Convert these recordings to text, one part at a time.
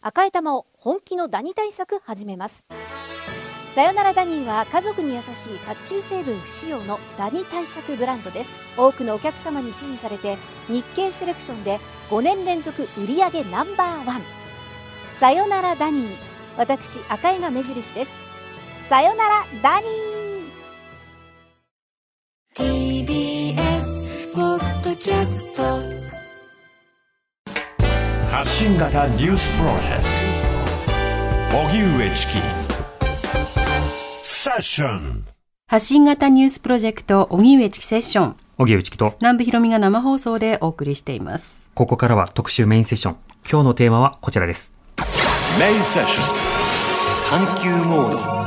赤い玉を本気のダニ対策始めます。さよならダニーは家族に優しい殺虫成分不使用のダニ対策ブランドです。多くのお客様に支持されて日経セレクションで5年連続売上No.1。さよならダニー、私赤井が目印です。さよならダニー。 TBS ポッドキャスト、 発信型ニュースプロジェクト荻上チキセッション。 発信型ニュースプロジェクト荻上チキセッション、 荻上チキと南部ひろみが生放送でお送りしています。 ここからは特集メインセッション。今日のテーマはこちらです。 メインセッション探求モード。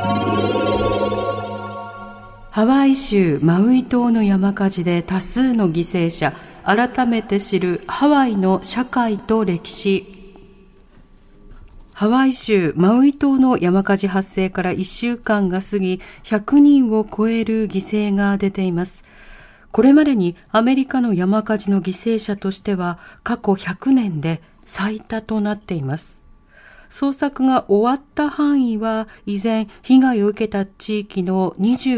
ハワイ州マウイ島の山火事で多数の犠牲者、改めて知るハワイの社会と歴史。ハワイ州マウイ島の山火事発生から1週間が過ぎ、100人を超える犠牲が出ています。これまでにアメリカの山火事の犠牲者としては過去100年で最多となっています。捜索が終わった範囲は依然被害を受けた地域の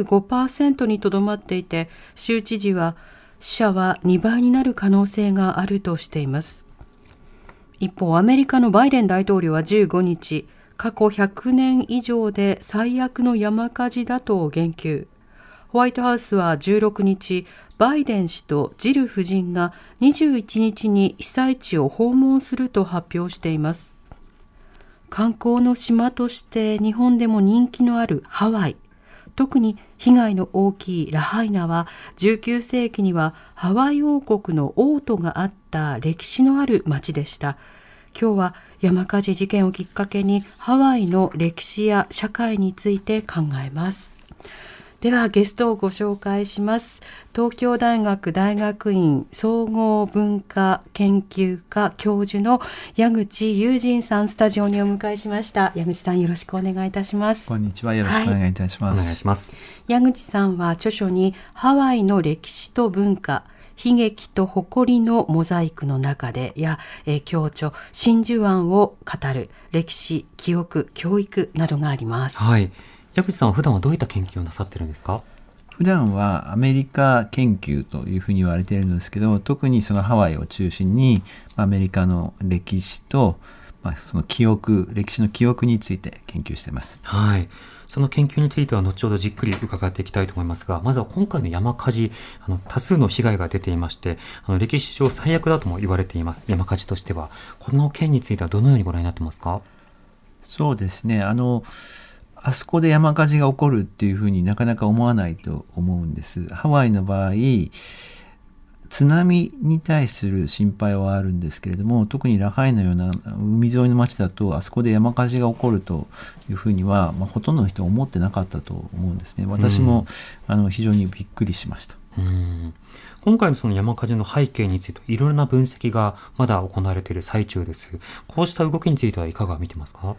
25% にとどまっていて、州知事は死者は2倍になる可能性があるとしています。一方、アメリカのバイデン大統領は15日、過去100年以上で最悪の山火事だと言及。ホワイトハウスは16日、バイデン氏とジル夫人が21日に被災地を訪問すると発表しています。観光の島として日本でも人気のあるハワイ、特に被害の大きいラハイナは19世紀にはハワイ王国の王都があった歴史のある町でした。今日は山火事事件をきっかけにハワイの歴史や社会について考えます。ではゲストをご紹介します。東京大学大学院総合文化研究科教授の矢口雄仁さん、スタジオにお迎えしました。矢口さん、よろしくお願いいたします。 こんにちは、よろしくお願いいたします。 お願いします。 矢口さんは著書にハワイの歴史と文化、悲劇と誇りのモザイクの中でや、共著真珠湾を語る歴史、記憶、教育などがあります。 はい。矢口さんは普段はどういった研究をなさってるんですか？ 普段はアメリカ研究というふうに言われているんですけど、特にそのハワイを中心にアメリカの歴史と、その記憶、歴史の記憶について研究しています。 はい。その研究については後ほどじっくり伺っていきたいと思いますが、まずは今回の山火事、多数の被害が出ていまして、歴史上最悪だとも言われています。山火事としては。この件についてはどのようにご覧になってますか？ そうですね。あそこで山火事が起こるっていうふうになかなか思わないと思うんです。ハワイの場合、津波に対する心配はあるんですけれども、特にラハイのような海沿いの町だと、あそこで山火事が起こるというふうには、ほとんどの人は思ってなかったと思うんですね。私も非常にびっくりしました。 今回のその山火事の背景についていろいろな分析がまだ行われている最中です。こうした動きについてはいかが見てますか？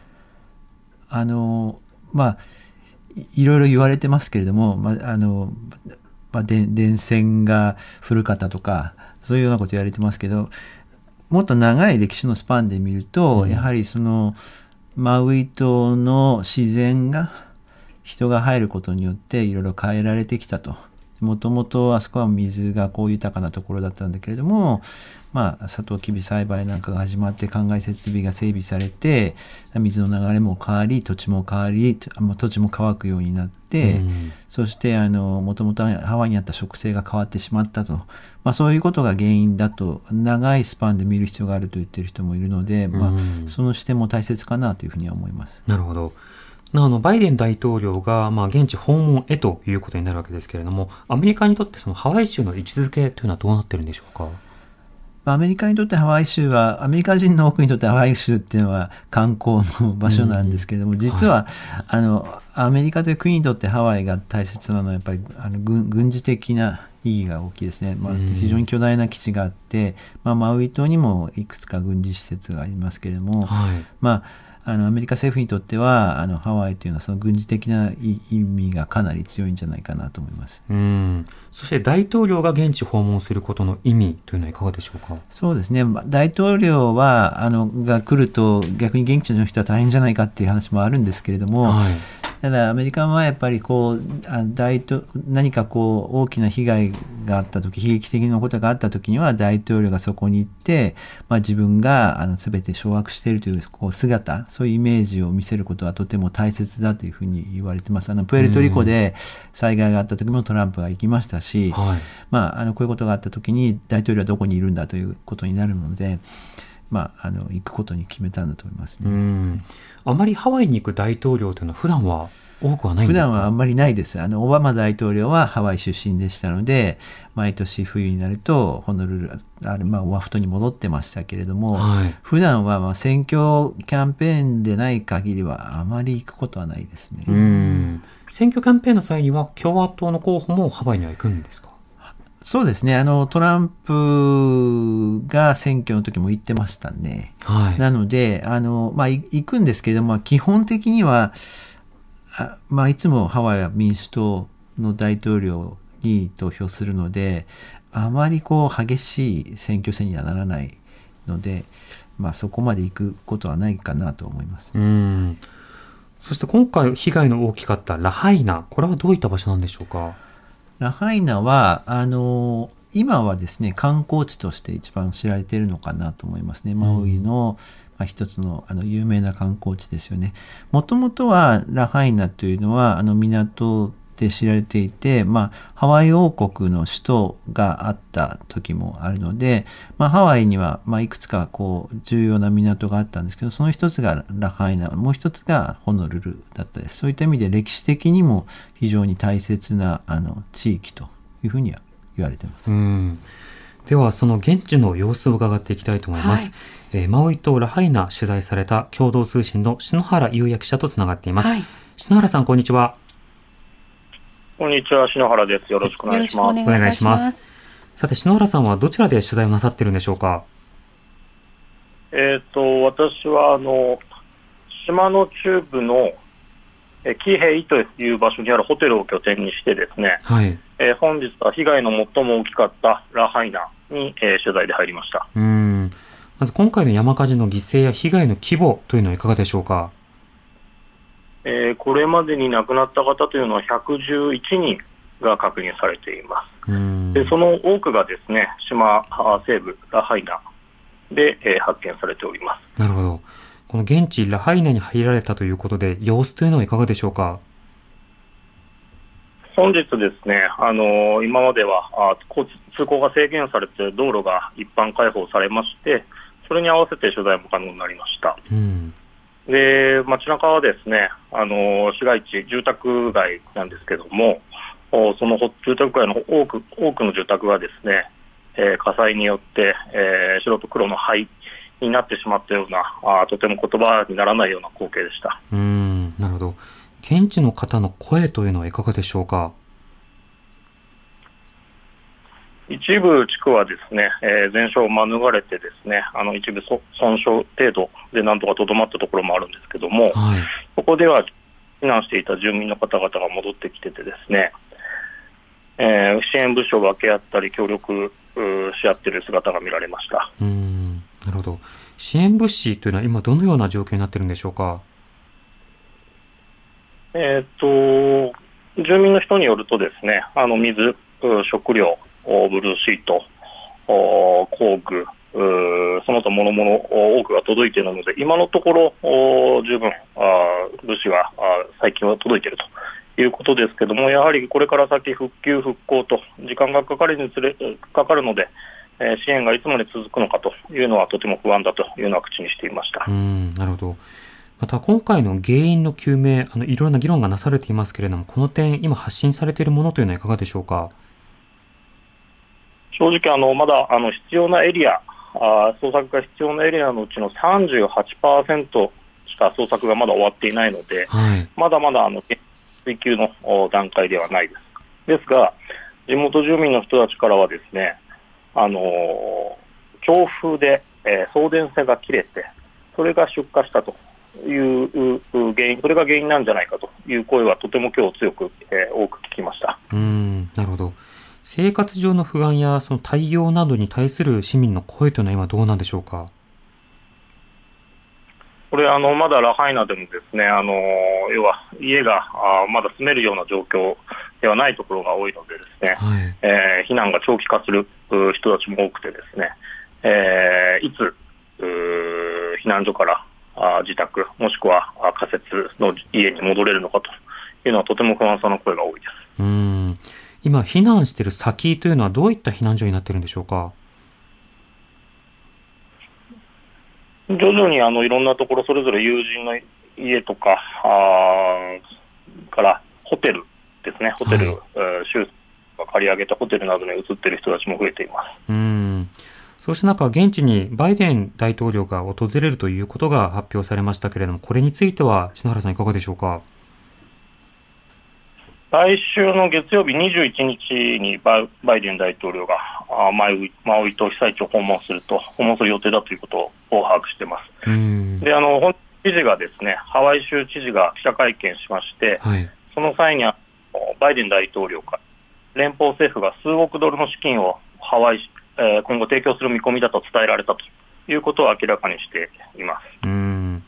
いろいろ言われてますけれども、電線が古かったとか、そういうようなこと言われてますけど、もっと長い歴史のスパンで見ると、やはりそのマウイ島の自然が人が入ることによっていろいろ変えられてきたと。もともとあそこは水が豊かなところだったんだけれども、サトウキビ栽培なんかが始まって灌漑設備が整備されて、水の流れも変わり、土地も変わり、土地も乾くようになって、そしてもともとハワイにあった植生が変わってしまったと、そういうことが原因だと長いスパンで見る必要があると言っている人もいるので、その視点も大切かなというふうには思います。 なるほど。バイデン大統領が、現地訪問へということになるわけですけれども、アメリカにとってそのハワイ州の位置づけというのはどうなってるんでしょうか？ アメリカにとってハワイ州は、アメリカ人の多くにとってハワイ州っていうのは観光の場所なんですけれども、実は、アメリカという国にとってハワイが大切なのはやっぱり軍事的な意義が大きいですね。非常に巨大な基地があって、マウイ島にもいくつか軍事施設がありますけれども、 アメリカ政府にとってはハワイというのはその軍事的な意味がかなり強いんじゃないかなと思います。 そして大統領が現地訪問することの意味というのはいかがでしょうか。 そうですね、大統領が来ると逆に現地の人は大変じゃないかっていう話もあるんですけれども、ただアメリカはやっぱり何か大きな被害があったとき、悲劇的なことがあったときには大統領がそこに行って、自分が全て掌握しているという姿、そういうイメージを見せることはとても大切だというふうに言われています。プエルトリコで災害があったときもトランプが行きましたし、こういうことがあったときに大統領はどこにいるんだということになるので、行くことに決めたんだと思いますね。 あまりハワイに行く大統領というのは普段は多くはないんですか？ 普段はあんまりないです。オバマ大統領はハワイ出身でしたので、毎年冬になるとホノルル、オアフ島に戻ってましたけれども、普段は選挙キャンペーンでない限りはあまり行くことはないですね。 選挙キャンペーンの際には共和党の候補もハワイには行くんですか？ そうですね。トランプが選挙の時も行ってましたね。なので、行くんですけれども、基本的には、いつもハワイは民主党の大統領に投票するので、あまり激しい選挙戦にはならないので、そこまで行くことはないかなと思います。 そして今回被害の大きかったラハイナ、これはどういった場所なんでしょうか？ ラハイナは今はですね、観光地として一番知られているのかなと思いますね。マウイの、一つの有名な観光地ですよね。もともとはラハイナというのは港で知られていて、ハワイ王国の首都があった時もあるので、ハワイには、いくつか重要な港があったんですけど、その一つがラハイナ、もう一つがホノルルだったです。そういった意味で歴史的にも非常に大切な地域というふうには言われています。 ではその現地の様子を伺っていきたいと思います。マウイ島ラハイナ取材された共同通信の篠原優也記者とつながっています。篠原さん、こんにちは。 こんにちは、篠原です。よろしくお願いします。 お願いします。さて、篠原さんはどちらで取材をなさっているんでしょうか？ 私は島の中部のキヘイという場所にあるホテルを拠点にしてですね、本日は被害の最も大きかったラハイナに、取材で入りました。 まず今回の山火事の犠牲や被害の規模というのはいかがでしょうか？ これまでに亡くなった方というのは111人が確認されています。でその多くがですね、島西部ラハイナで、発見されております。 なるほど。この現地ラハイナに入られたということで、様子というのはいかがでしょうか？ 本日ですね、今までは通行が制限されて道路が一般開放されまして、それに合わせて取材も可能になりました。で街中はですね、市街地住宅街なんですけども、その住宅街の多くの住宅がですね、火災によって、白と黒の灰になってしまったような、とても言葉にならないような光景でした。 なるほど。現地の方の声というのはいかがでしょうか？ 一部地区はですね、全焼を免れてですね、一部損傷程度でなんとかとどまったところもあるんですけども、ここでは避難していた住民の方々が戻ってきててですね、支援物資を分け合ったり協力し合っている姿が見られました。 なるほど。支援物資というのは今どのような状況になっているんでしょうか？ 住民の人によるとですね、水、食料、ブルーシート、工具、その他諸々多くが届いているので、今のところ十分物資は最近は届いているということですけども、やはりこれから先復旧復興と時間がかかるので、支援がいつまで続くのかというのはとても不安だというのは口にしていました。 なるほど。また今回の原因の究明、いろんな議論がなされていますけれども、この点今発信されているものというのはいかがでしょうか？ 正直まだ必要なエリア、捜索が必要なエリアのうちの 38% しか捜索がまだ終わっていないので、まだまだ追及の段階ではないです。ですが、地元住民の人たちからはですね、強風で、送電線が切れて、それが出火したという原因、それが原因なんじゃないかという声はとても今日強く、多く聞きました。 なるほど。生活上の不安やその対応などに対する市民の声というのは今どうなんでしょうか。 これまだラハイナでもですね、要は家がまだ住めるような状況ではないところが多いのでですね、避難が長期化する人たちも多くてですね、いつ避難所から自宅もしくは仮設の家に戻れるのかというのはとても不安そうな声が多いです。 今避難している先というのはどういった避難所になっているんでしょうか。 徐々にいろんなところそれぞれ友人の家とかからホテルですね、ホテル、州が借り上げたホテルなどに移っている人たちも増えています。 そうした中、現地にバイデン大統領が訪れるということが発表されましたけれども、これについては篠原さんいかがでしょうか。 来週の月曜日21日にバイデン大統領がマウイ島被災地を訪問する予定だということを把握しています。で、知事がですね、ハワイ州知事が記者会見しまして、その際にバイデン大統領から連邦政府が数億ドルの資金をハワイ今後提供する見込みだと伝えられたということを明らかにしています。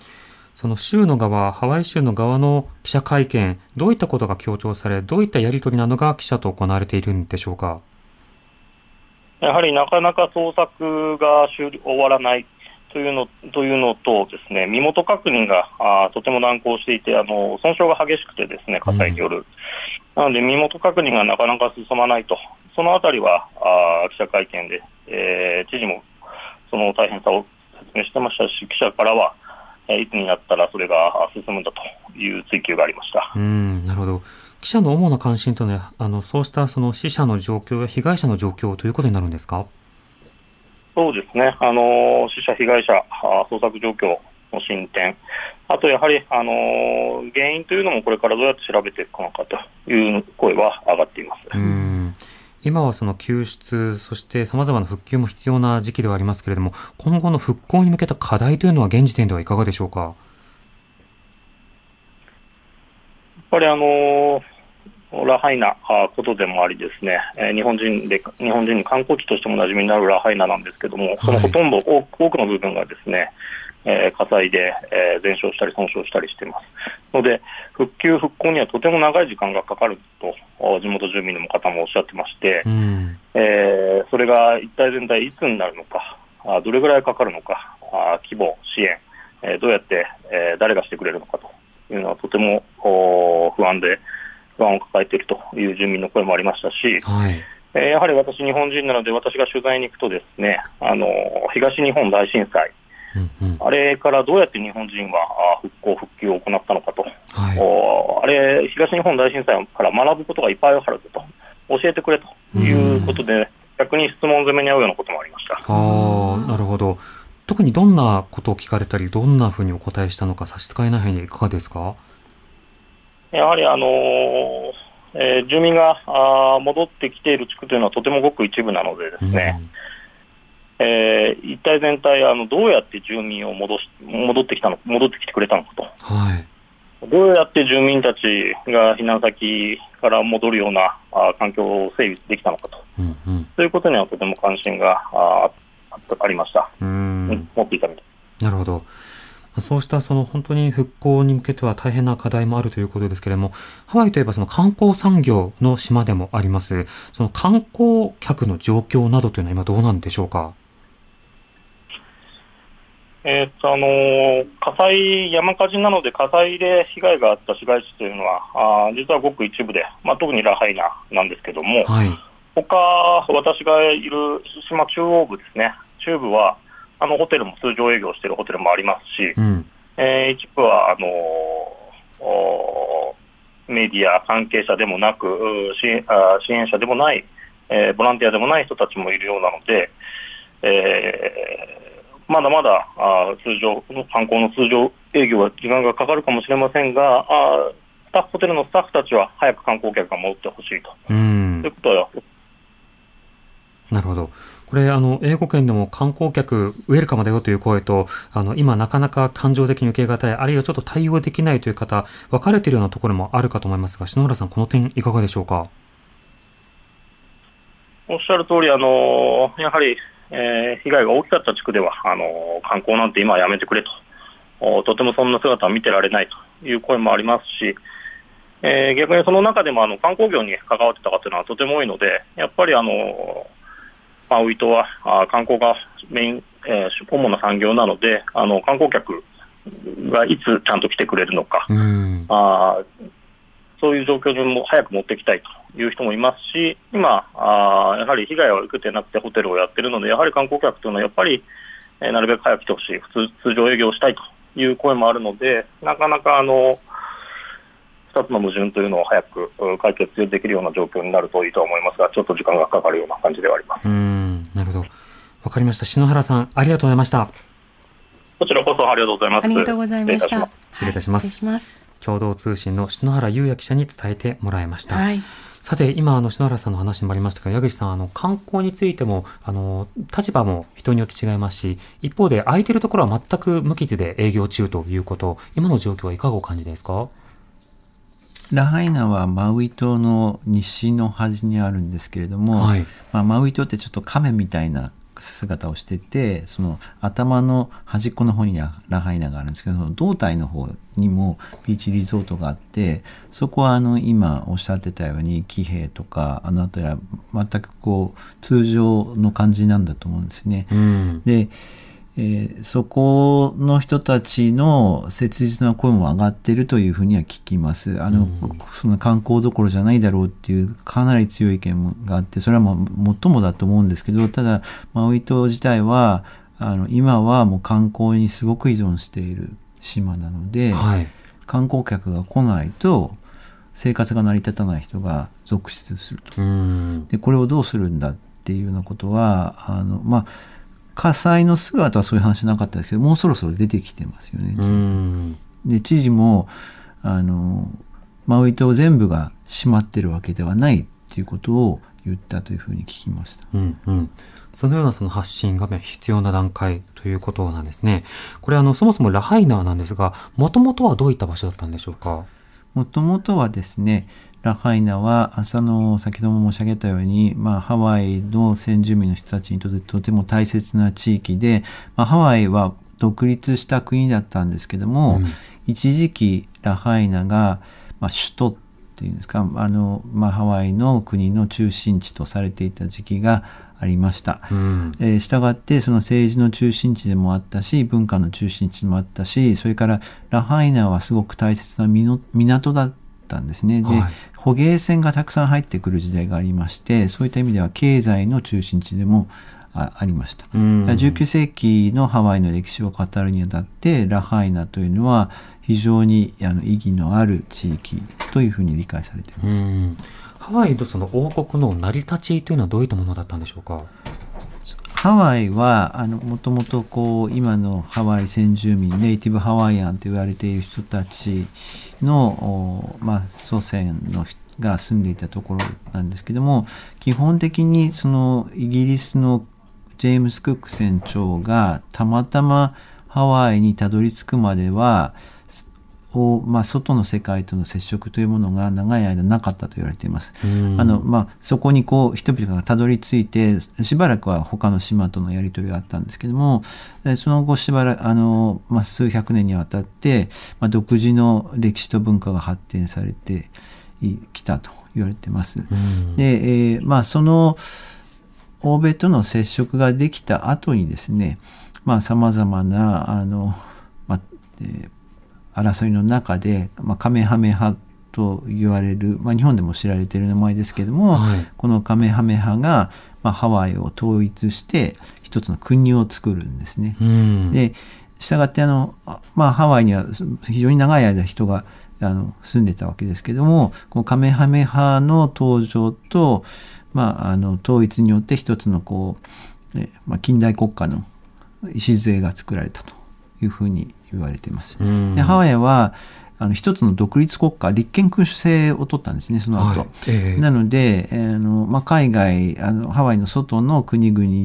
その州の側、ハワイ州の側の記者会見、どういったことが強調され、どういったやり取りなどが記者と行われているんでしょうか。 やはりなかなか捜索が終わらないというのとですね、身元確認がとても難航していて、損傷が激しくてですね、火災による。なので身元確認がなかなか進まないと、そのあたりは記者会見で、知事もその大変さを説明してましたし、記者からはいつになったらそれが進むんだという追及がありました。 なるほど。記者の主な関心というのはそうしたその死者の状況や被害者の状況ということになるんですか。 そうですね、死者、被害者、捜索状況の進展、あとやはり、原因というのもこれからどうやって調べていくのかという声は上がっています。 今はその救出、そして様々な復旧も必要な時期ではありますけれども、今後の復興に向けた課題というのは現時点ではいかがでしょうか。やっぱりラハイナことでもありですね、日本人に観光地としても馴染みになるラハイナなんですけども、そのほとんど多くの部分がですね、火災で全焼したり損傷したりしていますので、復旧復興にはとても長い時間がかかると地元住民の方もおっしゃってまして、それが一体全体いつになるのか、どれぐらいかかるのか、規模、支援、どうやって、誰がしてくれるのかというのはとても不安を抱えているという住民の声もありましたし、やはり私日本人なので、私が取材に行くとですね、東日本大震災、あれからどうやって日本人は復旧を行ったのかと、あれ東日本大震災から学ぶことがいっぱいあると、教えてくれということで、逆に質問攻めに遭うようなこともありました。 なるほど。特にどんなことを聞かれたり、どんなふうにお答えしたのか差し支えない範囲でいかがですか。 やはり住民が戻ってきている地区というのはとてもごく一部なのでですね、一体全体どうやって住民を戻ってきてくれたのかと、どうやって住民たちが避難先から戻るような環境を整備できたのかと、そういうことにはとても関心がありました。持っていたみたい。 なるほど。そうした本当に復興に向けては大変な課題もあるということですけれども、ハワイといえば観光産業の島でもあります。その観光客の状況などというのは今どうなんでしょうか。 山火事なので火災で被害があった市街地というのは実はごく一部で、特にラハイナなんですけども、他私がいる島中央部ですね、中部はホテルも通常営業しているホテルもありますし、一部はメディア関係者でもなく支援者でもない、ボランティアでもない人たちもいるようなので、まだまだ観光の通常営業は時間がかかるかもしれませんが、ホテルのスタッフたちは早く観光客が戻ってほしいと、そういうことは。 なるほど。 これ英語圏でも観光客ウェルカムだよという声と今なかなか感情的に受け難い、あるいはちょっと対応できないという方分かれているようなところもあるかと思いますが、篠原さんこの点いかがでしょうか。 おっしゃる通りやはり、被害が大きかった地区では観光なんて今はやめてくれとてもそんな姿は見てられないという声もありますし、逆にその中でも観光業に関わってた方というのはとても多いので、やっぱりマウイ島は観光がメイン、主な産業なので観光客がいつちゃんと来てくれるのか、そういう状況にも早く持っていきたいという人もいますし、今やはり被害を受けてなくてホテルをやっているので、やはり観光客というのはやっぱりなるべく早く来てほしい、通常営業したいという声もあるので、なかなか2つの矛盾というのを早く解決できるような状況になるといいと思いますが、ちょっと時間がかかるような感じではあります。 なるほど、わかりました。篠原さんありがとうございました。 こちらこそありがとうございます。 ありがとうございました。 失礼いたします。 失礼します。 共同通信の篠原優也記者に伝えてもらいました。 はい、 さて今篠原さんの話にもありましたが、矢口さん観光についても立場も人によって違いますし、一方で空いているところは全く無傷で営業中ということ、今の状況はいかがお感じですか。 ラハイナはマウイ島の西の端にあるんですけれども、マウイ島ってちょっと亀みたいな姿をしてて、その頭の端っこの方にラハイナがあるんですけど、その胴体の方にもビーチリゾートがあって、そこは今おっしゃってたようにキヘイとかあたりは全く通常の感じなんだと思うんですね。でそこの人たちの切実な声も上がっているというふうには聞きます。その観光どころじゃないだろうっていうかなり強い意見があって、それはもう最もだと思うんですけど、ただマウイ島自体は今はもう観光にすごく依存している島なので、観光客が来ないと生活が成り立たない人が続出すると。でこれをどうするんだっていうようなことは火災の姿はそういう話なかったですけど、もうそろそろ出てきてますよね。で知事もマウイ島全部が閉まってるわけではないっていうことを言ったというふうに聞きました。 そのようなその発信が必要な段階ということなんですね。これそもそもラハイナなんですが、もともとはどういった場所だったんでしょうか。 もともとはですね、ラハイナは先ほども申し上げたように、ハワイの先住民の人たちにとってとても大切な地域で、ハワイは独立した国だったんですけども、一時期ラハイナが、首都っていうんですか、ハワイの国の中心地とされていた時期がありました。したがってその政治の中心地でもあったし、文化の中心地でもあったし、それからラハイナはすごく大切な港だったんですね。で、捕鯨船がたくさん入ってくる時代がありまして、そういった意味では経済の中心地でもありました。19世紀のハワイの歴史を語るにあたってラハイナというのは非常に意義のある地域というふうに理解されています。 ハワイとその王国の成り立ちというのはどういったものだったんでしょうか。 ハワイはもともと今のハワイ先住民、ネイティブハワイアンと言われている人たちの、祖先の人が住んでいたところなんですけども、基本的にそのイギリスのジェームス・クック船長がたまたまハワイにたどり着くまでは外の世界との接触というものが長い間なかったと言われています。そこに人々がたどり着いてしばらくは他の島とのやり取りがあったんですけども、その後しばらく数百年にわたって、独自の歴史と文化が発展されてきたと言われています。で、その欧米との接触ができた後にですね、様々な争いの中で、カメハメ派と言われる、日本でも知られている名前ですけれども、このカメハメ派が、ハワイを統一して一つの国を作るんですね。で、したがってハワイには非常に長い間人が住んでたわけですけれども、このカメハメ派の登場と、統一によって一つの近代国家の礎が作られたというふうに言われています。で、ハワイは一つの独立国家、立憲君主制を取ったんですね、その後。なので、海外ハワイの外の国々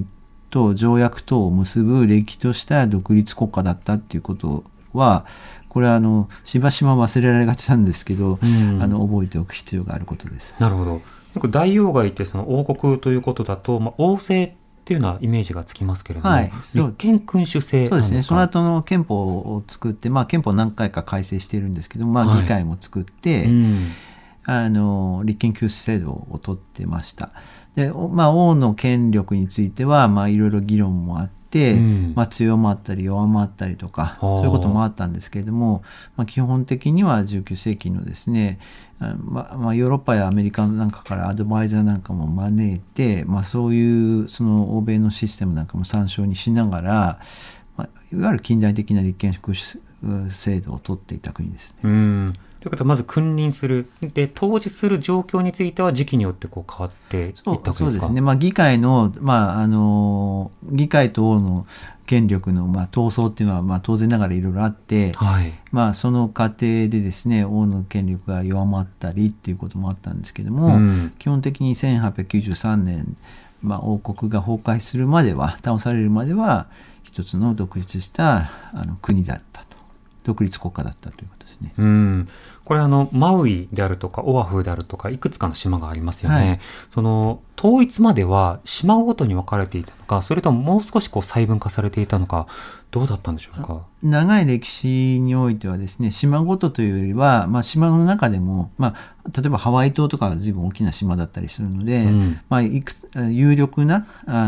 と条約等を結ぶれっきとした独立国家だったっていうことは、これはしばしば忘れられがちなんですけど、覚えておく必要があることです。 なるほど。よく大王がいてその王国ということだと、王政っていうようなイメージがつきますけれども、立憲君主制なんですか？そうですね。その後の憲法を作って、憲法何回か改正しているんですけど、議会も作って、立憲君主制度を取ってました。で、王の権力については、いろいろ議論もあって、強まったり弱まったりとか、そういうこともあったんですけれども、基本的には19世紀のですね、ヨーロッパやアメリカなんかからアドバイザーなんかも招いて、そういうその欧米のシステムなんかも参照にしながら、いわゆる近代的な立憲君主制度を取っていた国ですね。 ということはまず君臨する。で、統治する状況については時期によって変わっていったわけですか？ そうですね。議会の、議会と王の権力の、闘争っていうのは、当然ながらいろいろあって、その過程でですね、王の権力が弱まったりっていうこともあったんですけども、基本的に1893年、王国が崩壊するまでは、倒されるまでは、一つの独立した国だったと。独立国家だったということですね。 これマウイであるとかオアフであるとかいくつかの島がありますよね。その統一までは島ごとに分かれていたのか、それとももう少し細分化されていたのか、どうだったんでしょうか？長い歴史においてはですね、島ごとというよりは、島の中でも、例えばハワイ島とかは随分大きな島だったりするので、有力な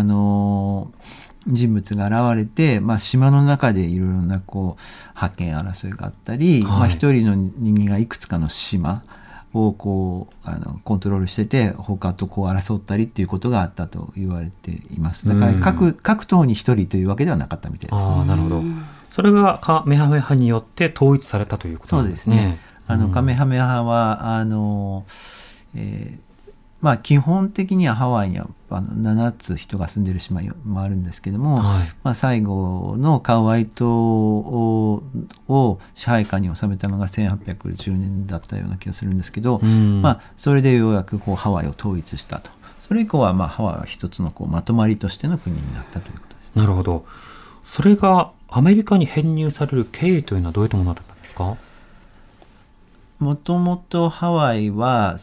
人物が現れて、島の中でいろいろな覇権争いがあったり、一人の人間がいくつかの島をコントロールしてて、他と争ったりっていうことがあったと言われています。だから各党に一人というわけではなかったみたいですね。 なるほど。それがカメハメ派によって統一されたということなんですね。 そうですね。カメハメ派は基本的にはハワイには7つ人が住んでいる島もあるんですけども、最後のカウアイ島を支配下に収めたのが1810年だったような気がするんですけど、それでようやくハワイを統一したと。それ以降はハワイは一つのまとまりとしての国になったということです。 なるほど。それがアメリカに編入される経緯というのはどういったものだったんですか？ もともとハワイは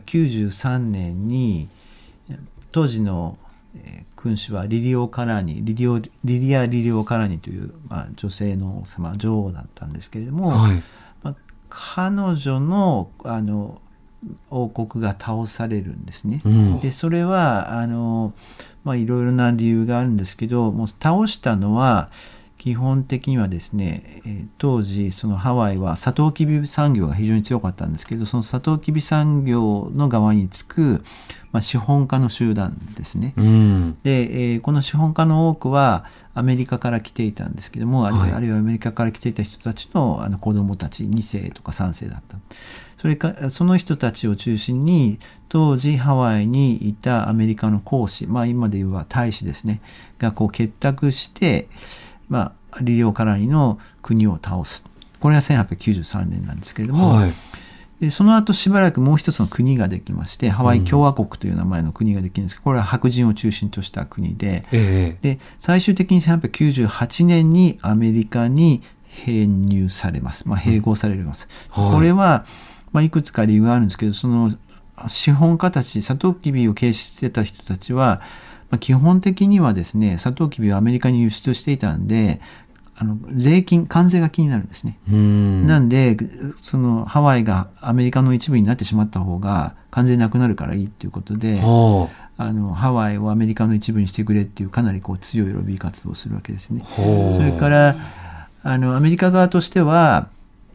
1893年に当時の君主はリリア・リリオ・カラニという、女性の王様、女王だったんですけれども、彼女の王国が倒されるんですね。でそれはいろいろな理由があるんですけど、もう倒したのは基本的にはですね、当時そのハワイはサトウキビ産業が非常に強かったんですけど、そのサトウキビ産業の側につく、資本家の集団ですね。で、この資本家の多くはアメリカから来ていたんですけども、あるいはアメリカから来ていた人たちの子供たち2世とか3世だった。その人たちを中心に当時ハワイにいたアメリカの公使、今で言えば大使ですねが結託してリリオ・カラニの国を倒す。これが1893年なんですけれども、でその後しばらくもう一つの国ができまして、ハワイ共和国という名前の国ができるんですけど、これは白人を中心とした国で、で最終的に1898年にアメリカに編入されます。併合されます。これはいくつか理由があるんですけど、その資本家たち、サトウキビを経営してた人たちは、基本的にはですね、サトウキビをアメリカに輸出していたんで、関税が気になるんですね。なんで、そのハワイがアメリカの一部になってしまった方が関税なくなるからいいっていうことで、ハワイをアメリカの一部にしてくれっていうかなり強いロビー活動をするわけですね。それからアメリカ側としては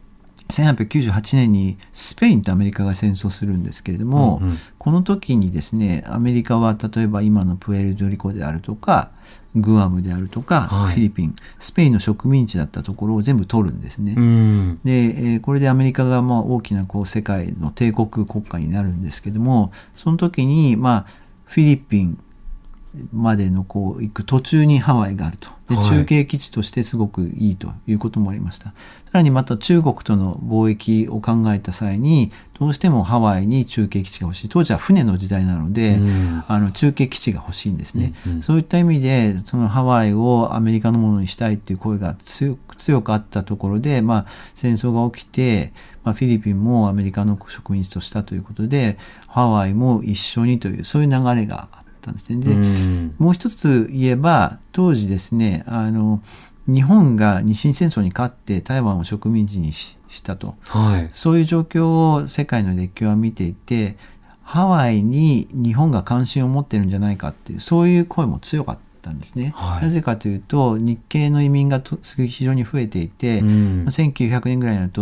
1898年にスペインとアメリカが戦争するんですけれども、この時にですね、アメリカは例えば今のプエルトリコであるとかグアムであるとか、フィリピン、スペインの植民地だったところを全部取るんですね。で、これでアメリカが大きな世界の帝国国家になるんですけども、その時にフィリピンまでのこう行く途中にハワイがあると。で、 はい中継基地としてすごくいいということもありました。さらにまた中国との貿易を考えた際に、どうしてもハワイに中継基地が欲しい。当時は船の時代なので、中継基地が欲しいんですね。そういった意味で、そのハワイをアメリカのものにしたいっていう声が強くあったところで、戦争が起きて、フィリピンもアメリカの植民地としたということで、ハワイも一緒にという、そういう流れがあったんですね。で、もう一つ言えば、当時ですね、日本が日清戦争に勝って台湾を植民地にしたと、そういう状況を世界の列強は見ていて、ハワイに日本が関心を持ってるんじゃないかっていう、そういう声も強かったんですね。なぜかというと、日系の移民が非常に増えていて、1900年ぐらいになると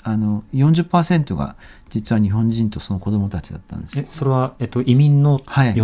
40% が実は日本人とその子供たちだったんです。 それは、移民の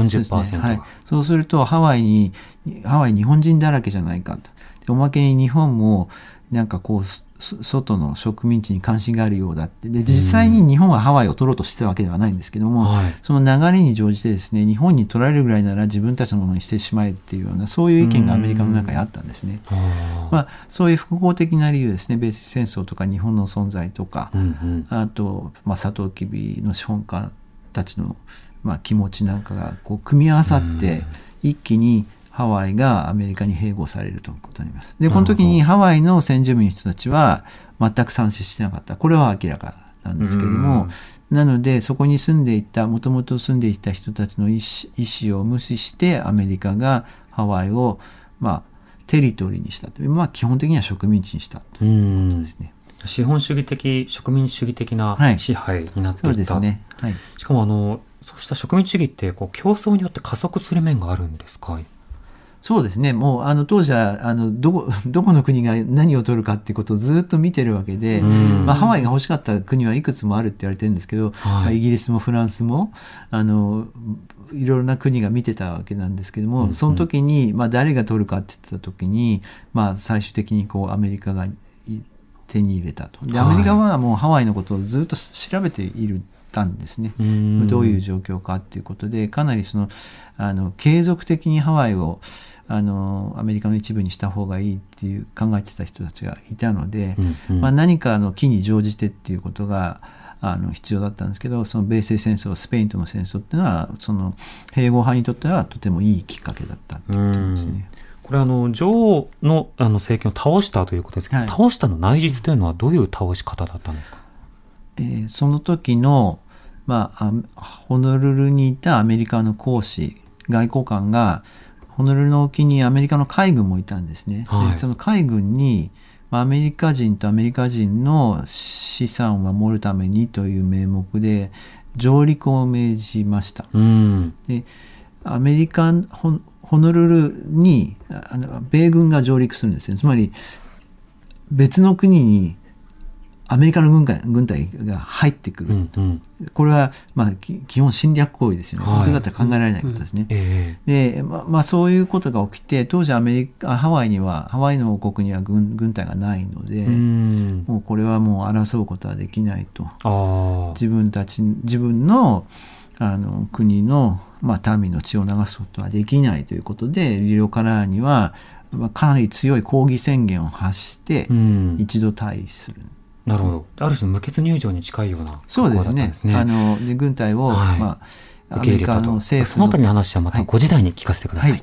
40%、 そうするとハワイ日本人だらけじゃないかと。で、おまけに日本もなんかこう外の植民地に関心があるようだって。で、実際に日本はハワイを取ろうとしてたわけではないんですけども、その流れに乗じてですね、日本に取られるぐらいなら自分たちのものにしてしまえっていうような、そういう意見がアメリカの中にあったんですね。そういう複合的な理由ですね。米西戦争とか日本の存在とか、あと、サトウキビの資本家たちの、気持ちなんかがこう組み合わさって、一気にハワイがアメリカに併合されるということになります。で、この時にハワイの先住民の人たちは全く賛成してなかった。これは明らかなんですけれども、なのでそこにもともと住んでいた人たちの意思を無視してアメリカがハワイをテリトリーにしたという、基本的には植民地にしたということですね。 資本主義的、植民地主義的な支配になっていった。 そうですね。 しかもそうした植民地主義って競争によって加速する面があるんですか？ そうですね。もう当時はどこの国が何を取るかっていうことをずっと見てるわけで、ハワイが欲しかった国はいくつもあるって言われてるんですけど、イギリスもフランスもいろいろな国が見てたわけなんですけども、その時に誰が取るかって言った時に、最終的にアメリカが手に入れたと。で、アメリカはもうハワイのことをずっと調べているたんですね。どういう状況かっていうことで、かなり継続的にハワイをアメリカの一部にした方がいいっていう考えてた人たちがいたので、何か機に乗じてっていうことが必要だったんですけど、その米西戦争、スペインとの戦争っていうのはその併合派にとってはとてもいいきっかけだったっていうことですね。 これ女王の政権を倒したということですけど、倒したの内実というのはどういう倒し方だったんですか？ その時の、ホノルルにいたアメリカの公使、外交官がホノルルの沖にアメリカの海軍もいたんですね。で、その海軍にアメリカ人とアメリカ人の資産を守るためにという名目で上陸を命じました。で、アメリカホノルルに米軍が上陸するんですね。つまり別の国にアメリカの軍隊が入ってくる。これは基本侵略行為ですよね。普通だったら考えられないことですね。で、そういうことが起きて、当時ハワイの王国には軍隊がないので、もうこれはもう争うことはできないと。自分の国の民の血を流すことはできないということで、リオカラーニはかなり強い抗議宣言を発して一度退避する。 なるほど。ある種の無血入場に近いような格好だったんですね。 で、軍隊を、アメリカの政府そのあたりの話はまた5時台に聞かせてください。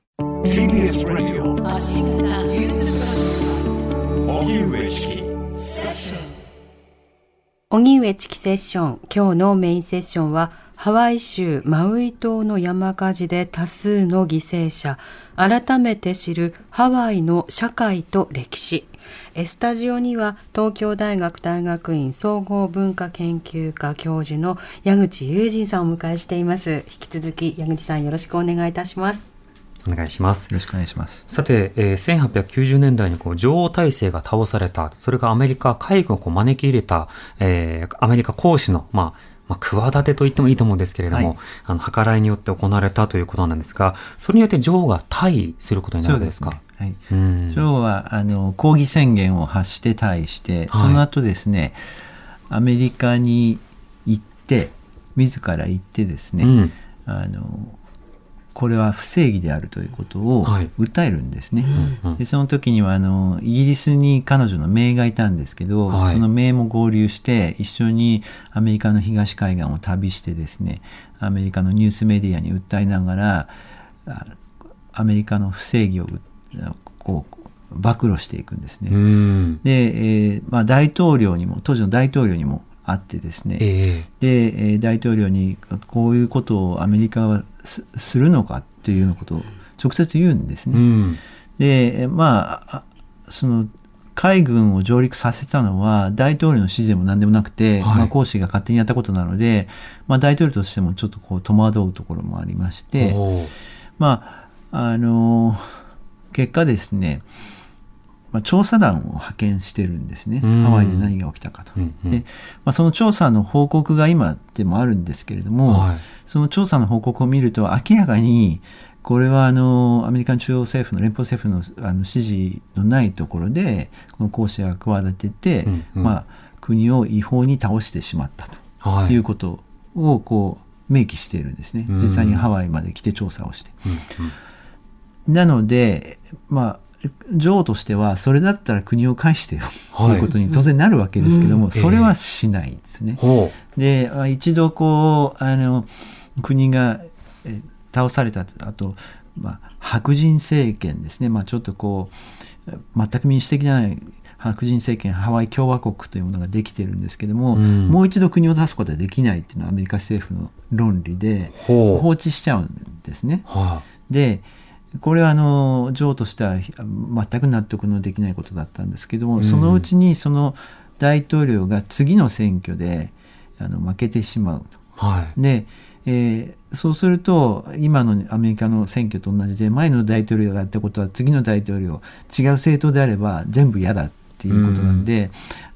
TBS Radio 荻上チキ荻上チキセッション。今日のメインセッションはハワイ州マウイ島の山火事で多数の犠牲者、改めて知るハワイの社会と歴史。スタジオには東京大学大学院総合文化研究科教授の矢口雄仁さんをお迎えしています。引き続き矢口さんよろしくお願いいたします。 お願いします。 よろしくお願いします。 さて、1890年代に女王体制が倒された、それがアメリカ海軍を招き入れた、アメリカ公使の企てと言ってもいいと思うんですけれども、計らいによって行われたということなんですが、それによって女王が退位することになるんですか？ 女王は抗議宣言を発して退位して、その後ですね、アメリカに行って自ら行ってですね、 これは不正義であるということを訴えるんですね。でその時にはイギリスに彼女の姪がいたんですけど、その姪も合流して一緒にアメリカの東海岸を旅してですね、アメリカのニュースメディアに訴えながらアメリカの不正義をこう暴露していくんですね。で、大統領にも当時の大統領にもあってですね、で大統領にこういうことをアメリカはするのかというようなことを直接言うんですね。でその海軍を上陸させたのは大統領の指示でも何でもなくて、公使が勝手にやったことなので、大統領としてもちょっとこう戸惑うところもありまして、結果ですね、調査団を派遣してるんですね。ハワイで何が起きたかと。でその調査の報告が今でもあるんですけれども、その調査の報告を見ると明らかにこれはアメリカの中央政府の連邦政府の指示のないところでこの公使が企てて、国を違法に倒してしまったということをこう明記しているんですね。実際にハワイまで来て調査をして。なので女王としてはそれだったら国を返してよということに当然なるわけですけども、それはしないですね。で一度こう国が倒された後、白人政権ですね、ちょっとこう全く民主的でない白人政権ハワイ共和国というものができているんですけども、もう一度国を出すことはできないっていうのはアメリカ政府の論理で放置しちゃうんですね。でこれは女王としては全く納得のできないことだったんですけども、そのうちにその大統領が次の選挙で負けてしまうと。でそうすると今のアメリカの選挙と同じで、前の大統領がやったことは次の大統領違う政党であれば全部嫌だっていうことなんで、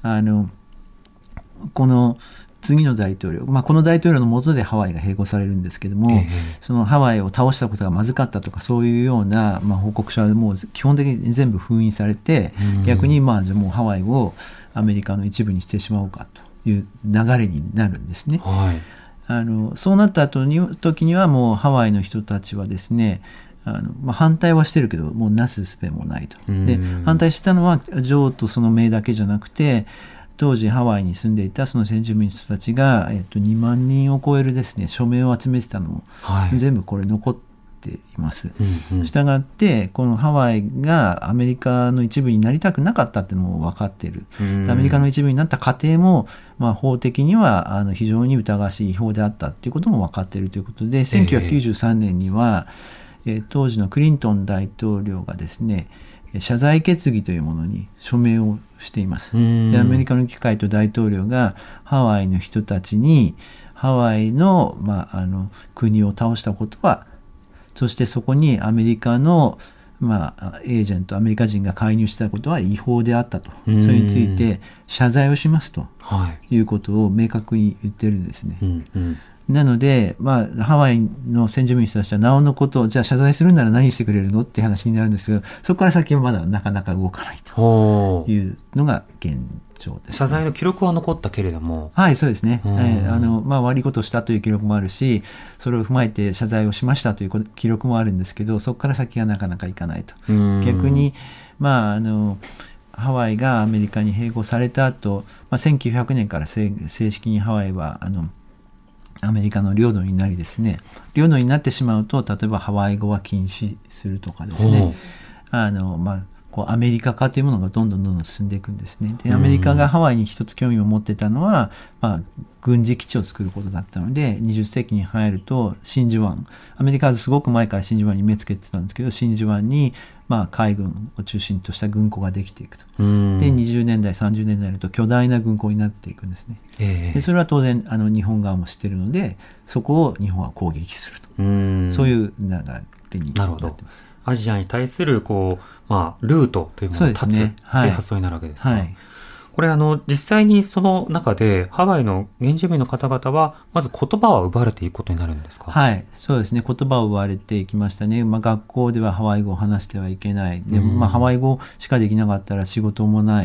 この次の大統領、この大統領の下でハワイが併合されるんですけども、そのハワイを倒したことがまずかったとかそういうような、報告書はもう基本的に全部封印されて、逆にじゃあもうハワイをアメリカの一部にしてしまおうかという流れになるんですね。そうなった時にはもうハワイの人たちはですね、反対はしてるけどもうなすすべもないと。で反対したのは女王とその姪だけじゃなくて、当時ハワイに住んでいたその先住民の人たちが、2万人を超えるですね署名を集めてたのも、全部これ残っています。したがってこのハワイがアメリカの一部になりたくなかったっていうのも分かっている。アメリカの一部になった過程も、法的には非常に疑わしい違法であったっていうことも分かっているということで、1993年には、当時のクリントン大統領がですね謝罪決議というものに署名をしています。でアメリカの議会と大統領がハワイの人たちにハワイの、国を倒したことは、そしてそこにアメリカの、エージェントアメリカ人が介入したことは違法であったと、それについて謝罪をしますということを明確に言ってるんですね。なので、ハワイの先住民の人たちはなおのこと、じゃあ謝罪するなら何してくれるのって話になるんですけど、そこから先はまだなかなか動かないというのが現状です、ね。 謝罪の記録は残ったけれども、 そうですね。悪いことをしたという記録もあるし、それを踏まえて謝罪をしましたという記録もあるんですけど、そこから先はなかなかいかないと。逆にハワイがアメリカに併合された後、1900年から正式にハワイはアメリカの領土になりですね、領土になってしまうと、例えばハワイ語は禁止するとかですね、アメリカ化というものがどんどん進んでいくんですね。でアメリカがハワイに一つ興味を持ってたのは、軍事基地を作ることだったので、20世紀に入ると真珠湾、アメリカはすごく前から真珠湾に目つけてたんですけど、真珠湾に海軍を中心とした軍港ができていくと。で20年代30年代になると巨大な軍港になっていくんですね。でそれは当然日本側も知っているので、そこを日本は攻撃すると、そういう流れになってます。 アジアに対するルートというものを断つという発想になるわけですか。これ実際にその中でハワイの原住民の方々はまず言葉は奪われていくことになるんですか。 そうですね。言葉を奪われていきましたね。学校ではハワイ語を話してはいけない。でハワイ語しかできなかったら仕事もない。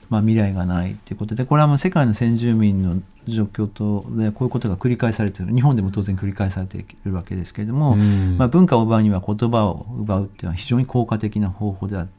未来がないということで、これはもう世界の先住民の状況とでこういうことが繰り返されている、日本でも当然繰り返されているわけですけれども、文化を奪うには言葉を奪うっていうのは非常に効果的な方法であって、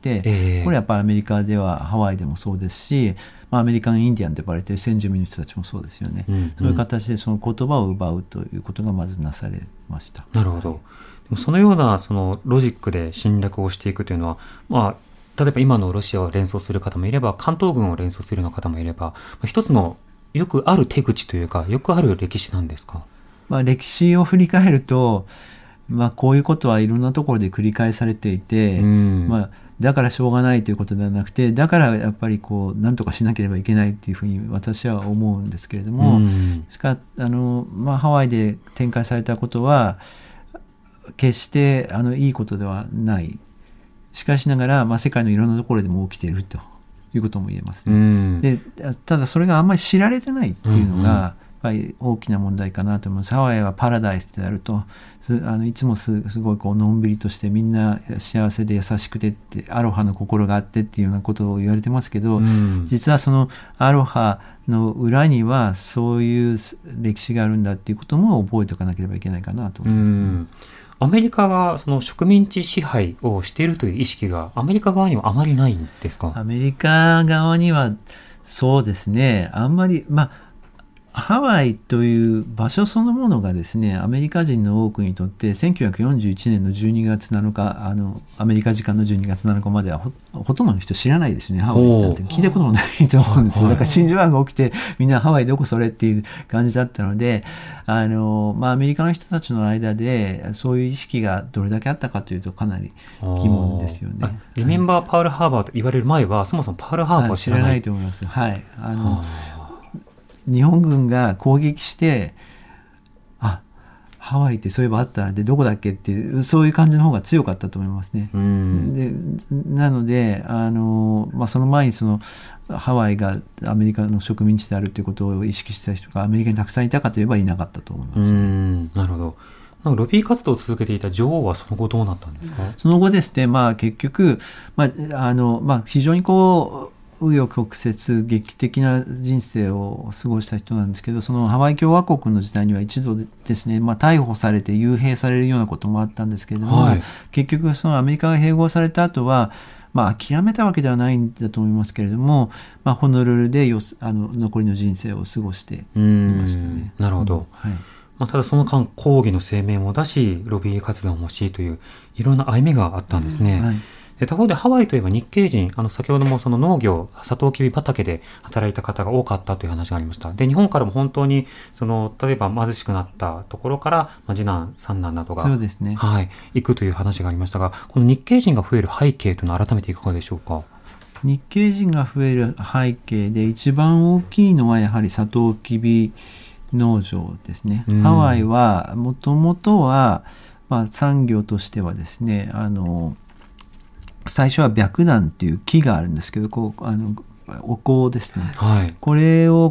これやっぱりアメリカではハワイでもそうですし、アメリカンインディアンと呼ばれている先住民の人たちもそうですよね、そういう形でその言葉を奪うということがまずなされました。 なるほど。でもそのようなそのロジックで侵略をしていくというのは、例えば今のロシアを連想する方もいれば、関東軍を連想するような方もいれば、一つのよくある手口というか、よくある歴史なんですか？ 歴史を振り返ると、こういうことはいろんなところで繰り返されていて、だからしょうがないということではなくて、だからやっぱり何とかしなければいけないっていうふうに私は思うんですけれども、ハワイで展開されたことは決していいことではない。しかしながら、世界のいろんなところでも起きているということも言えますね。で、ただそれがあんまり知られてないっていうのが、やっぱり大きな問題かなと思います。ハワイはパラダイスであると、いつもすごいのんびりとして、みんな幸せで優しくてって、アロハの心があってっていうようなことを言われてますけど、実はそのアロハの裏にはそういう歴史があるんだっていうことも覚えておかなければいけないかなと思いますね。 アメリカがその植民地支配をしているという意識がアメリカ側にはあまりないんですか？ アメリカ側にはそうですね、あんまり、ハワイという場所そのものがですね、アメリカ人の多くにとって1941年の12月7日アメリカ時間の12月7日までは ほとんどの人知らないですね。ハワイなんて聞いたこともないと思うんですよ。だから真珠湾が起きてみんなハワイどこそれっていう感じだったので、アメリカの人たちの間でそういう意識がどれだけあったかというとかなり疑問ですよね。 リメンバーパールハーバーと言われる前はそもそもパールハーバーは知らない。 知らないと思います。はい。日本軍が攻撃して、ハワイってそういえばあったなってどこだっけっていう、そういう感じの方が強かったと思いますね。でなのでその前にハワイがアメリカの植民地であるということを意識した人がアメリカにたくさんいたかといえばいなかったと思います。 なるほど。ロビー活動を続けていた女王はその後どうなったんですか？ その後ですね、結局、非常に紆余曲折劇的な人生を過ごした人なんですけど、そのハワイ共和国の時代には一度ですね、逮捕されて幽閉されるようなこともあったんですけれども、結局そのアメリカが併合された後は、諦めたわけではないんだと思いますけれども、ホノルルで残りの人生を過ごしていましたね。 なるほど。ただその間抗議の声明も出し、ロビー活動もしといういろんな歩みがあったんですね。で他方でハワイといえば日系人、先ほどもその農業、サトウキビ畑で働いた方が多かったという話がありました。で、日本からも本当に例えば貧しくなったところから、次男、三男などが、 そうですね。 行くという話がありましたが、この日系人が増える背景というのは改めていかがでしょうか？ 日系人が増える背景で一番大きいのはやはりサトウキビ農場ですね。ハワイはもともとは、産業としてはですね、最初は白檀っていう木があるんですけど、お香ですね。これを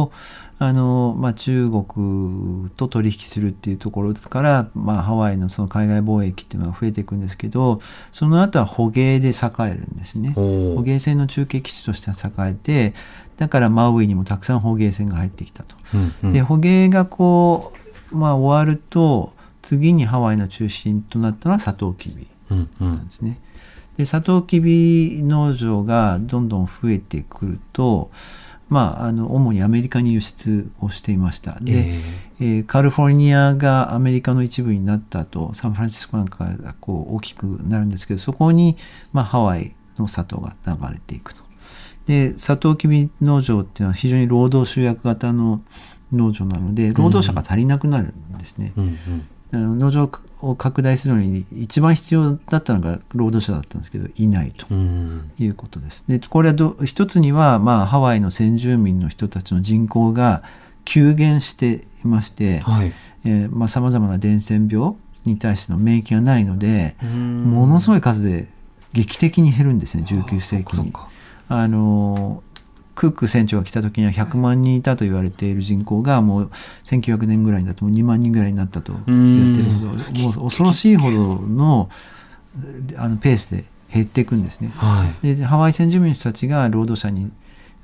中国と取引するっていうところから、ハワイのその海外貿易っていうのが増えていくんですけど、その後は捕鯨で栄えるんですね。捕鯨船の中継基地として栄えて、だからマウイにもたくさん捕鯨船が入ってきたと。で、捕鯨が終わると、次にハワイの中心となったのはサトウキビなんですね。でサトウキビ農場がどんどん増えてくると、主にアメリカに輸出をしていました。で、カリフォルニアがアメリカの一部になった後、サンフランシスコなんかが大きくなるんですけど、そこに、ハワイの砂糖が流れていくと。でサトウキビ農場っていうのは非常に労働集約型の農場なので、労働者が足りなくなるんですね。農場を拡大するのに一番必要だったのが労働者だったんですけど、いないということです。でこれは一つには、ハワイの先住民の人たちの人口が急減していまして、さまざまな伝染病に対しての免疫がないので、ものすごい数で劇的に減るんですね。19世紀にクック船長が来た時には100万人いたと言われている人口がもう1900年ぐらいだともう2万人ぐらいになったと言われているほど、もう恐ろしいほどのペースで減っていくんですね。でハワイ先住民の人たちが労働者に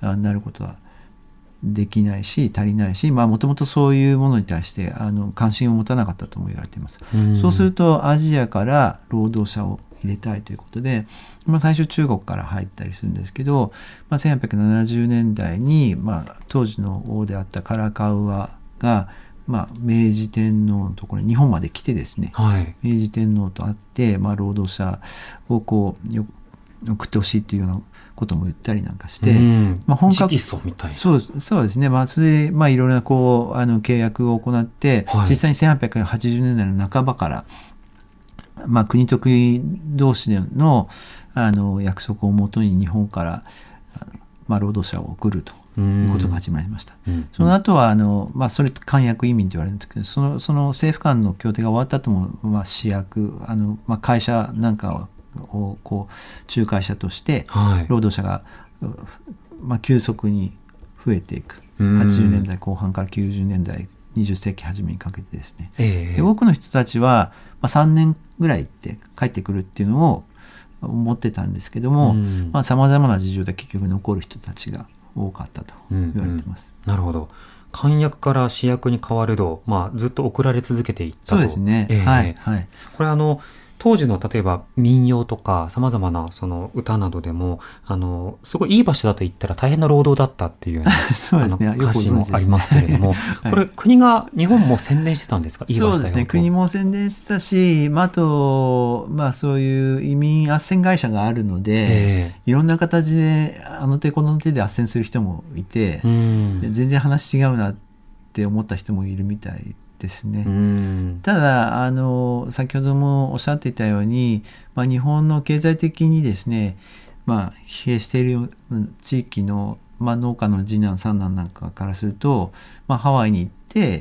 なることはできないし足りないし、もともとそういうものに対して関心を持たなかったとも言われています。そうするとアジアから労働者を入れたいということで、最初中国から入ったりするんですけど、1870年代に、当時の王であったカラカウアが、明治天皇のところに日本まで来てですね、明治天皇と会って、労働者を送ってほしいというようなことも言ったりなんかして、 本格直訴みたいな。 そうですね。それでいろいろな契約を行って、実際に1880年代の半ばから、国と国同士での約束をもとに日本から労働者を送るということが始まりました。その後はそれ官約移民と言われるんですけど、その政府間の協定が終わった後も、試薬会社なんかを仲介者として労働者が、急速に増えていく。80年代後半から90年代20世紀初めにかけてですね、で多くの人たちは、3年ぐらい行って帰ってくるっていうのを思ってたんですけども、様々な事情で結局残る人たちが多かったと言われています。 なるほど。官約から試薬に変わると、ずっと送られ続けていったと。 そうですね。 これ当時の例えば民謡とか様々なその歌などでもすごいいい場所だと言ったら大変な労働だったっていうようなそうですね、 歌詞もありますけれども、これ国が日本も宣伝してたんですか？いい場所だよと。 そうですね、国も宣伝してたし、あとそういう移民斡旋会社があるので、いろんな形であの手この手で斡旋する人もいて、全然話違うなって思った人もいるみたいですね。ただ先ほどもおっしゃっていたように、日本の経済的にですね、疲弊している地域の、農家の次男三男なんかからすると、ハワイに行って、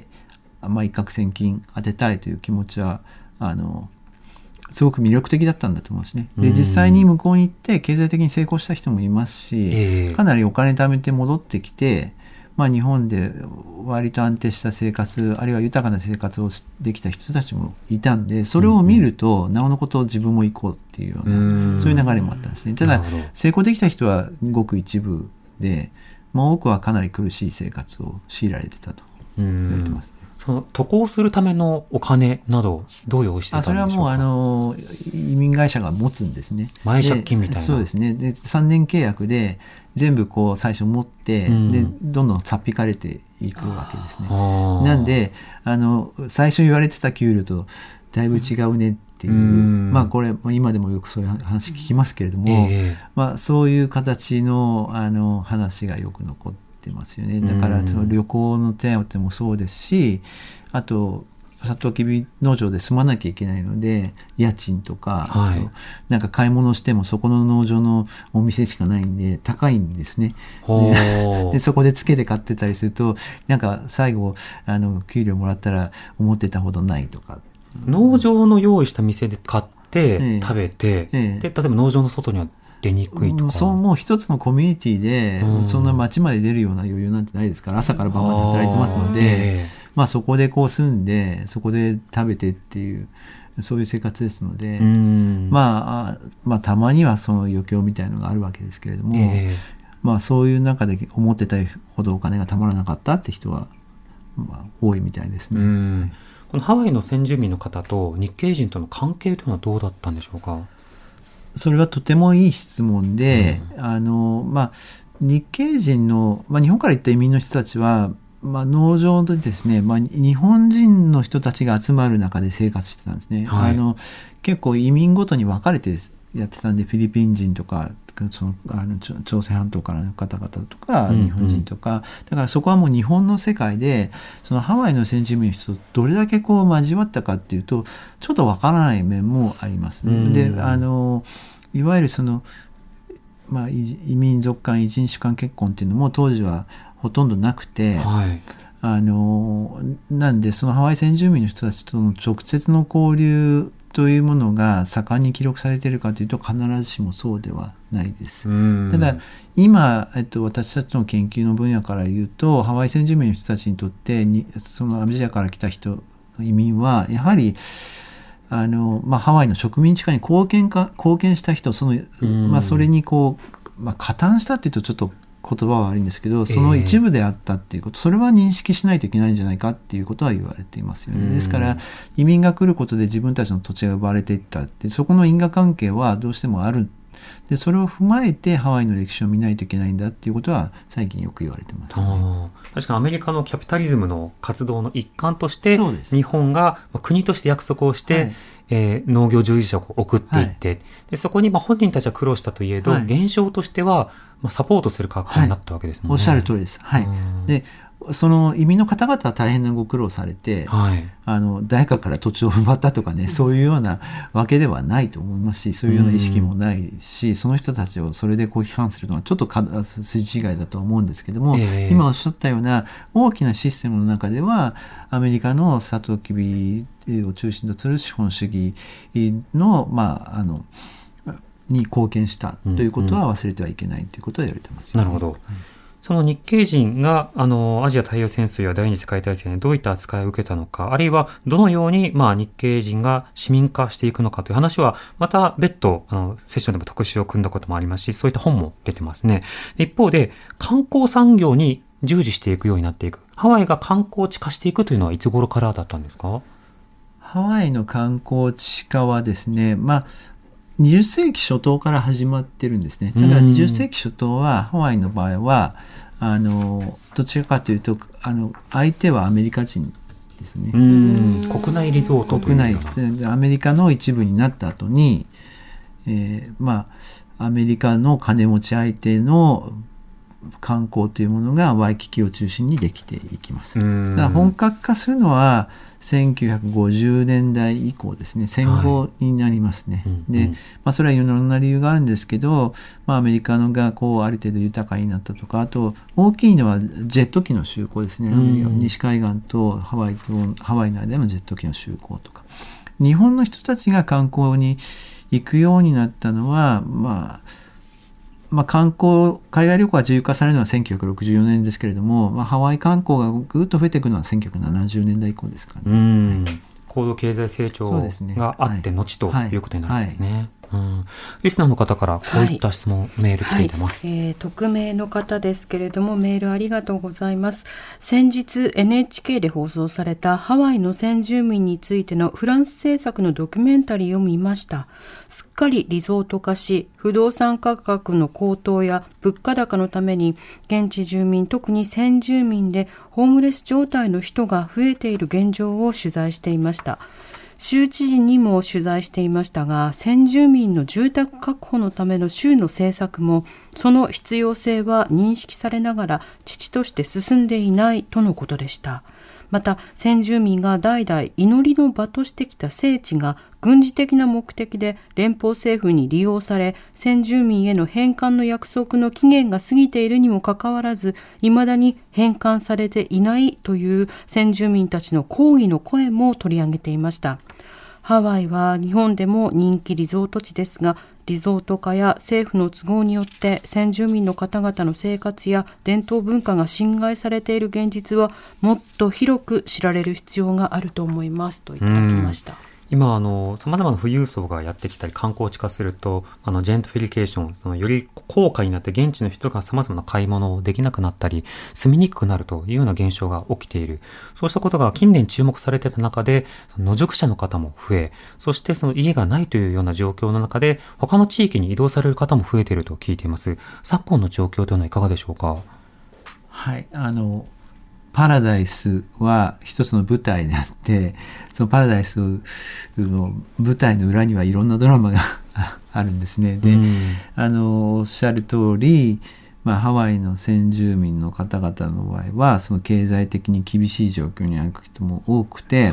一攫千金当てたいという気持ちはすごく魅力的だったんだと思うんですね。で、実際に向こうに行って経済的に成功した人もいますし、かなりお金貯めて戻ってきて、日本で割と安定した生活、あるいは豊かな生活をできた人たちもいたんで、それを見ると、なおのこと自分も行こうっていうような、そういう流れもあったんですね。ただ成功できた人はごく一部で、多くはかなり苦しい生活を強いられてたと言われてます。 その渡航するためのお金などどう用意してたんでしょうか？ それはもう移民会社が持つんですね。 前借金みたいな。 そうですね。で3年契約で全部最初持って、でどんどんさっぴかれていくわけですね。なんで最初言われてた給料とだいぶ違うねっていう、これ今でもよくそういう話聞きますけれども、そういう形の話がよく残ってますよね。だからその旅行の点もそうですし、あとサトウキビ農場で住まなきゃいけないので家賃とか、なんか買い物してもそこの農場のお店しかないんで高いんですね。でそこでつけて買ってたりすると、なんか最後給料もらったら思ってたほどないとか。 農場の用意した店で買って食べて、で例えば農場の外には出にくいとか。 もう一つのコミュニティで、そんな街まで出るような余裕なんてないですから、朝から晩まで働いてますので、そこで住んでそこで食べてっていうそういう生活ですので、たまにはその余興みたいなのがあるわけですけれども、そういう中で思ってたほどお金がたまらなかったって人は、多いみたいですね。 このハワイの先住民の方と日系人との関係というのはどうだったんでしょうか？ それはとてもいい質問で、日系人の、日本から行った移民の人たちは、農場でですね、日本人の人たちが集まる中で生活してたんですね。結構移民ごとに分かれてやってたんで、フィリピン人とか朝鮮半島からの方々とか日本人とか、だからそこはもう日本の世界で、そのハワイの先住民の人とどれだけ交わったかっていうとちょっと分からない面もあります。でいわゆるその、移民族間異人種間結婚っていうのも当時はほとんどなくて、なんでそのハワイ先住民の人たちとの直接の交流というものが盛んに記録されているかというと必ずしもそうではないです。ただ今、私たちの研究の分野から言うと、ハワイ先住民の人たちにとってそのアジアから来た人移民はやはりハワイの植民地化に貢献した人、それに加担したっていうとちょっと言葉は悪いんですけど、その一部であったっていうこと、それは認識しないといけないんじゃないかっていうことは言われていますよね。ですから移民が来ることで自分たちの土地が奪われていったって、そこの因果関係はどうしてもある。でそれを踏まえてハワイの歴史を見ないといけないんだっていうことは最近よく言われてます、ね。 確かにアメリカのキャピタリズムの活動の一環として日本が国として約束をして、農業従事者を送っていって、でそこに本人たちは苦労したといえど、現象としてはサポートする格好になったわけですもんね。 おっしゃる通りです。でその移民の方々は大変なご苦労されて、誰かから土地を奪ったとかね、そういうようなわけではないと思いますし、そういうような意識もないし、その人たちをそれで批判するのはちょっと筋違いだと思うんですけども、今おっしゃったような大きなシステムの中ではアメリカのサトウキビを中心とする資本主義のに貢献したということは忘れてはいけないということは言われてますよね。 なるほど。その日系人がアジア太平洋戦争や第二次世界大戦でどういった扱いを受けたのか、あるいはどのように日系人が市民化していくのかという話はまた別途セッションでも特集を組んだこともありますし、そういった本も出てますね。一方で観光産業に従事していくようになっていく、ハワイが観光地化していくというのはいつ頃からだったんですか？ ハワイの観光地化はですね、20世紀初頭から始まってるんですね。ただ20世紀初頭はハワイの場合はどちらかというと相手はアメリカ人ですね。 国内リゾートという国内アメリカの一部になった後に、アメリカの金持ち相手の観光というものがワイキキを中心にできていきます。だから本格化するのは1950年代以降ですね。戦後になりますね。で、それはいろんな理由があるんですけど、アメリカのがある程度豊かになったとか、あと大きいのはジェット機の就航ですね。西海岸とハワイの間のジェット機の就航とか、日本の人たちが観光に行くようになったのは海外旅行が自由化されるのは1964年ですけれども、ハワイ観光がぐっと増えていくのは1970年代以降ですからね。 高度経済成長があって後ということになるんですね。リスナーの方からこういった質問、メール来ています。 匿名の方ですけれども、メールありがとうございます。先日 NHK で放送されたハワイの先住民についてのフランス制作のドキュメンタリーを見ました。すっかりリゾート化し、不動産価格の高騰や物価高のために現地住民、特に先住民でホームレス状態の人が増えている現状を取材していました。州知事にも取材していましたが、先住民の住宅確保のための州の政策もその必要性は認識されながら遅々として進んでいないとのことでした。また先住民が代々祈りの場としてきた聖地が軍事的な目的で連邦政府に利用され、先住民への返還の約束の期限が過ぎているにもかかわらず、未だに返還されていないという先住民たちの抗議の声も取り上げていました。ハワイは日本でも人気リゾート地ですが、リゾート化や政府の都合によって先住民の方々の生活や伝統文化が侵害されている現実はもっと広く知られる必要があると思いますといただきました。 今様々な富裕層がやってきたり観光地化するとジェントフィリケーション、より高価になって現地の人が様々な買い物をできなくなったり住みにくくなるというような現象が起きている。そうしたことが近年注目されていた中で野宿者の方も増え、そしてその家がないというような状況の中で他の地域に移動される方も増えていると聞いています。昨今の状況というのはいかがでしょうか？ はい、パラダイスは一つの舞台であって、そのパラダイスの舞台の裏にはいろんなドラマがあるんですね。で、おっしゃる通り、ハワイの先住民の方々の場合はその経済的に厳しい状況にある人も多くて、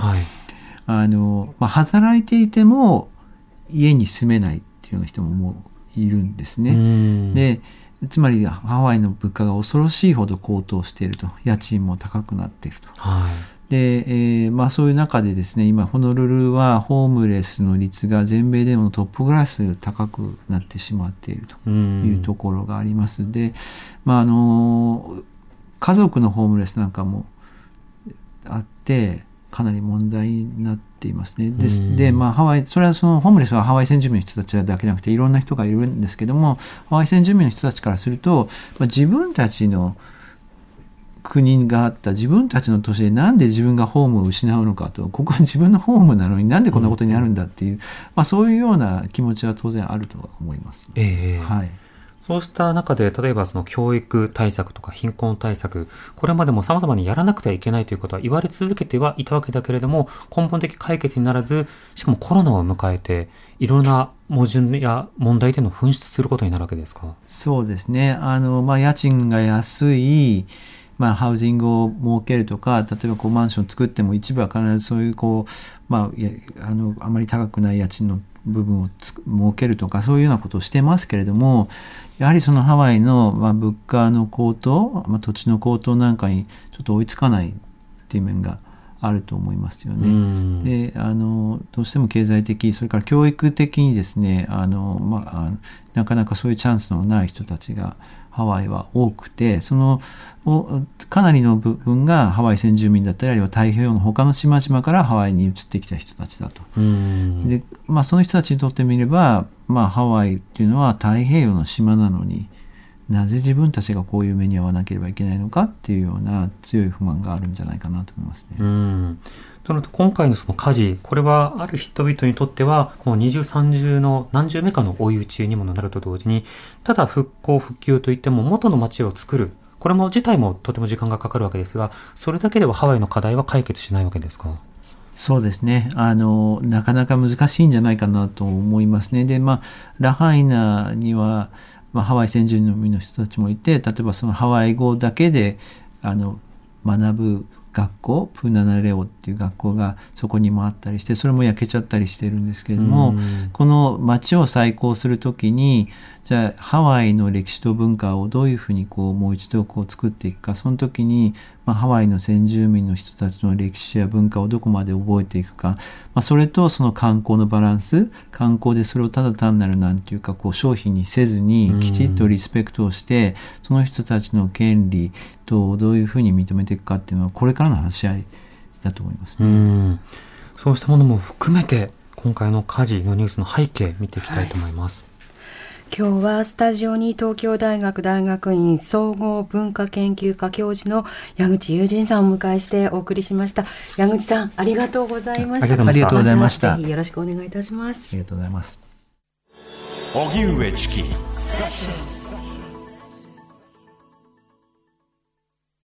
働いていても家に住めないっていうような人もいるんですね。でつまりハワイの物価が恐ろしいほど高騰していると、家賃も高くなっていると。で、そういう中でですね、今ホノルルはホームレスの率が全米でもトップクラス高くなってしまっているというところがあります。で、家族のホームレスなんかもあってかなり問題になってていますね。で、ハワイ、それはそのホームレスはハワイ先住民の人たちだけじゃなくていろんな人がいるんですけども、ハワイ先住民の人たちからすると、自分たちの国があった自分たちの都市でなんで自分がホームを失うのかと、ここは自分のホームなのになんでこんなことになるんだっていう、そういうような気持ちは当然あると思います。はい。 そうした中で、例えばその教育対策とか貧困対策、これまでも様々にやらなくてはいけないということは言われ続けてはいたわけだけれども、根本的解決にならず、しかもコロナを迎えて、いろんな矛盾や問題点を噴出することになるわけですか？ そうですね。家賃が安い、ハウジングを設けるとか、例えばマンションを作っても一部は必ずそういうあまり高くない家賃の部分を設けるとか、そういうようなことをしてますけれども、やはりそのハワイの、物価の高騰、土地の高騰なんかにちょっと追いつかないっていう面があると思いますよね。で、どうしても経済的、それから教育的にですね、なかなかそういうチャンスのない人たちがハワイは多くて、かなりの部分がハワイ先住民だったり、あるいは太平洋の他の島々からハワイに移ってきた人たちだと。で、その人たちにとってみれば、ハワイっていうのは太平洋の島なのに、なぜ自分たちがこういう目に遭わなければいけないのかっていうような強い不満があるんじゃないかなと思いますね。 となると今回のその火事、これはある人々にとってはもう二重三重の何重目かの追い打ちにもなると同時に、ただ復興復旧といっても元の街を作る、これも自体もとても時間がかかるわけですが、それだけではハワイの課題は解決しないわけですか？ そうですね。なかなか難しいんじゃないかなと思いますね。で、ラハイナには、ハワイ先住民の人たちもいて、例えばそのハワイ語だけで学ぶ学校、プーナナレオっていう学校がそこにもあったりして、それも焼けちゃったりしてるんですけれども、この街を再興するときに、じゃあハワイの歴史と文化をどういうふうにもう一度作っていくか、その時に、ハワイの先住民の人たちの歴史や文化をどこまで覚えていくか、それとその観光のバランス、観光でそれをただ単なるなんていうか商品にせずにきちっとリスペクトをして、その人たちの権利とどういうふうに認めていくかっていうのはこれからの話し合いだと思いますね。 そうしたものも含めて今回の火事のニュースの背景見ていきたいと思います。 今日はスタジオに東京大学大学院総合文化研究科教授の矢口雄仁さんをお迎えしてお送りしました。矢口さん、ありがとうございました。 ありがとうございました。 ぜひよろしくお願いいたします。 ありがとうございます。 荻上チキ